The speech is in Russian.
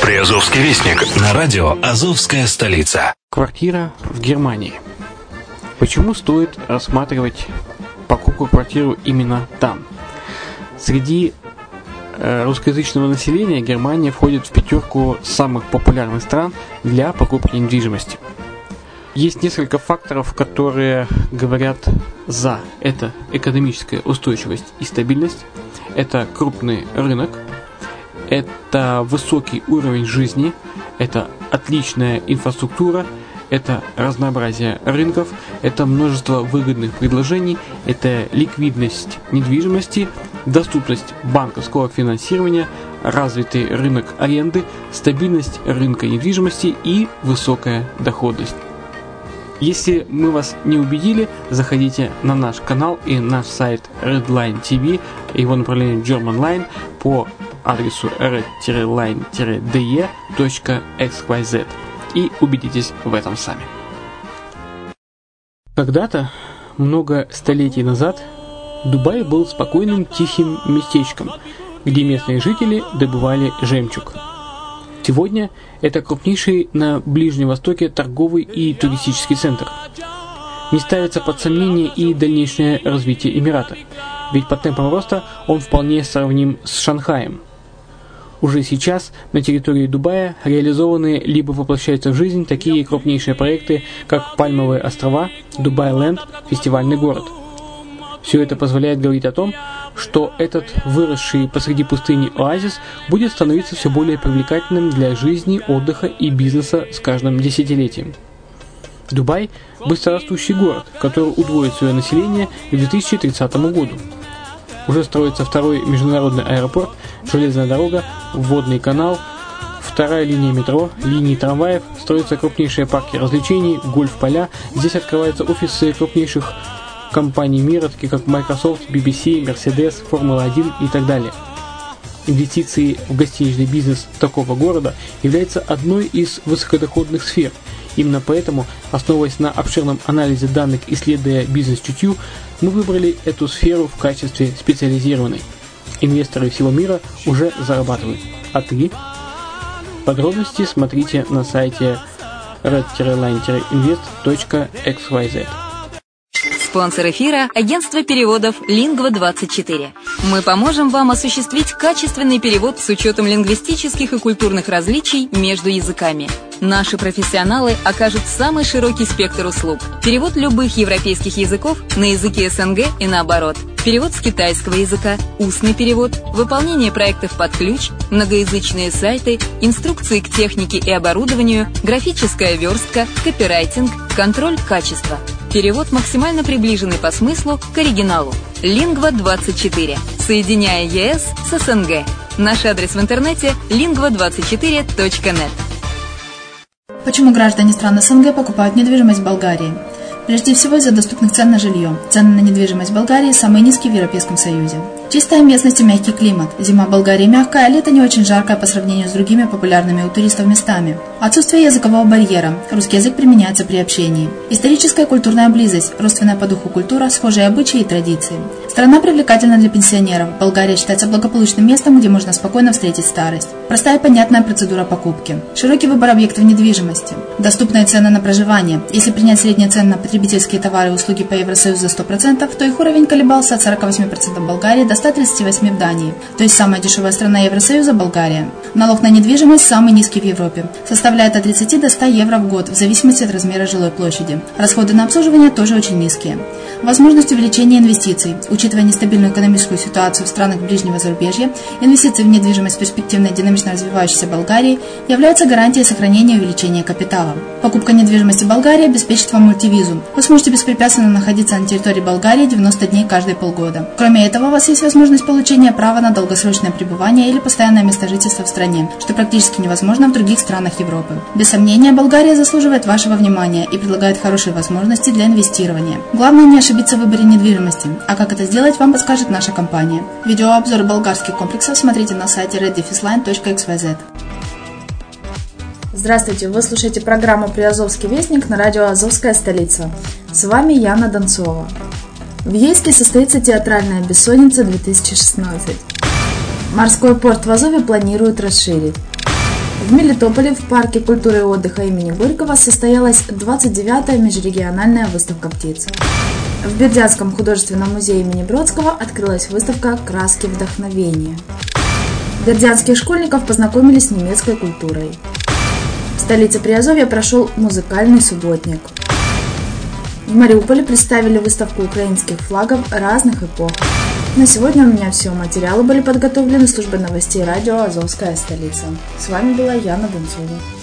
Приазовский вестник на радио «Азовская столица». Квартира в Германии. Почему стоит рассматривать покупку квартиры именно там? Среди русскоязычного населения Германия входит в пятерку самых популярных стран для покупки недвижимости. Есть несколько факторов, которые говорят за. Это экономическая устойчивость и стабильность, это крупный рынок, это высокий уровень жизни, это отличная инфраструктура, это разнообразие рынков, это множество выгодных предложений, это ликвидность недвижимости, доступность банковского финансирования, развитый рынок аренды, стабильность рынка недвижимости и высокая доходность. Если мы вас не убедили, заходите на наш канал и наш сайт Redline TV, его направление Germanline по адресу red-line-de.xyz и убедитесь в этом сами. Когда-то, много столетий назад, Дубай был спокойным тихим местечком, где местные жители добывали жемчуг. Сегодня это крупнейший на Ближнем Востоке торговый и туристический центр. Не ставится под сомнение и дальнейшее развитие Эмирата, ведь по темпам роста он вполне сравним с Шанхаем. Уже сейчас на территории Дубая реализованы либо воплощаются в жизнь такие крупнейшие проекты, как Пальмовые острова, Дубай-Ленд, фестивальный город. Все это позволяет говорить о том, что этот выросший посреди пустыни оазис будет становиться все более привлекательным для жизни, отдыха и бизнеса с каждым десятилетием. Дубай – быстрорастущий город, который удвоит свое население к 2030 году. Уже строится второй международный аэропорт, железная дорога, водный канал, вторая линия метро, линии трамваев, строятся крупнейшие парки развлечений, гольф-поля, здесь открываются офисы крупнейших компаний мира, такие как Microsoft, BBC, Mercedes, Формула-1 и так далее. Инвестиции в гостиничный бизнес такого города являются одной из высокодоходных сфер. Именно поэтому, основываясь на обширном анализе данных, исследуя бизнес-чутью, мы выбрали эту сферу в качестве специализированной. Инвесторы всего мира уже зарабатывают. А ты? Подробности смотрите на сайте red-line-invest.xyz. Спонсор эфира – агентство переводов Lingva24. Мы поможем вам осуществить качественный перевод с учетом лингвистических и культурных различий между языками. Наши профессионалы окажут самый широкий спектр услуг. Перевод любых европейских языков на языки СНГ и наоборот. Перевод с китайского языка, устный перевод, выполнение проектов под ключ, многоязычные сайты, инструкции к технике и оборудованию, графическая верстка, копирайтинг, контроль качества. Перевод максимально приближенный по смыслу к оригиналу. Lingva24. Соединяя ЕС с СНГ. Наш адрес в интернете lingva24.net. Почему граждане стран СНГ покупают недвижимость в Болгарии? Прежде всего из-за доступных цен на жилье. Цены на недвижимость в Болгарии самые низкие в Европейском Союзе. Чистая местность и мягкий климат. Зима в Болгарии мягкая, а лето не очень жаркое по сравнению с другими популярными у туристов местами. Отсутствие языкового барьера. Русский язык применяется при общении. Историческая и культурная близость. Родственная по духу культура, схожие обычаи и традиции. Страна привлекательна для пенсионеров. Болгария считается благополучным местом, где можно спокойно встретить старость. Простая и понятная процедура покупки. Широкий выбор объектов недвижимости. Доступные цены на проживание. Если принять средние цены на потребительские товары и услуги по Евросоюзу за 100%, то их уровень колебался от 48% в Болгарии до 138% в Дании. То есть самая дешевая страна Евросоюза – Болгария. Налог на недвижимость самый низкий в Европе. Составляет от 30 до 100 евро в год, в зависимости от размера жилой площади. Расходы на обслуживание тоже очень низкие. Возможность увеличения инвестиций. Учитывая нестабильную экономическую ситуацию в странах ближнего зарубежья, инвестиции в недвижимость перспективной и динамично развивающейся Болгарии являются гарантией сохранения и увеличения капитала. Покупка недвижимости в Болгарии обеспечит вам мультивизу. Вы сможете беспрепятственно находиться на территории Болгарии 90 дней каждые полгода. Кроме этого, у вас есть возможность получения права на долгосрочное пребывание или постоянное место жительства в стране, что практически невозможно в других странах Европы. Без сомнения, Болгария заслуживает вашего внимания и предлагает хорошие возможности для инвестирования. Главное не ошибиться в выборе недвижимости, а как это сделать, вам подскажет наша компания. Видеообзор болгарских комплексов смотрите на сайте red-line.xyz. Здравствуйте, вы слушаете программу «Приазовский вестник» на радио «Азовская столица». С вами Яна Донцова. В Ейске состоится театральная бессонница 2016. Морской порт в Азове планируют расширить. В Мелитополе в парке культуры и отдыха имени Горького состоялась 29-я межрегиональная выставка птиц. В Бердянском художественном музее имени Бродского открылась выставка «Краски вдохновения». Бердянских школьников познакомили с немецкой культурой. В столице Приазовья прошел музыкальный субботник. В Мариуполе представили выставку украинских флагов разных эпох. На сегодня у меня все. Материалы были подготовлены службой новостей радио «Азовская столица». С вами была Яна Донцова.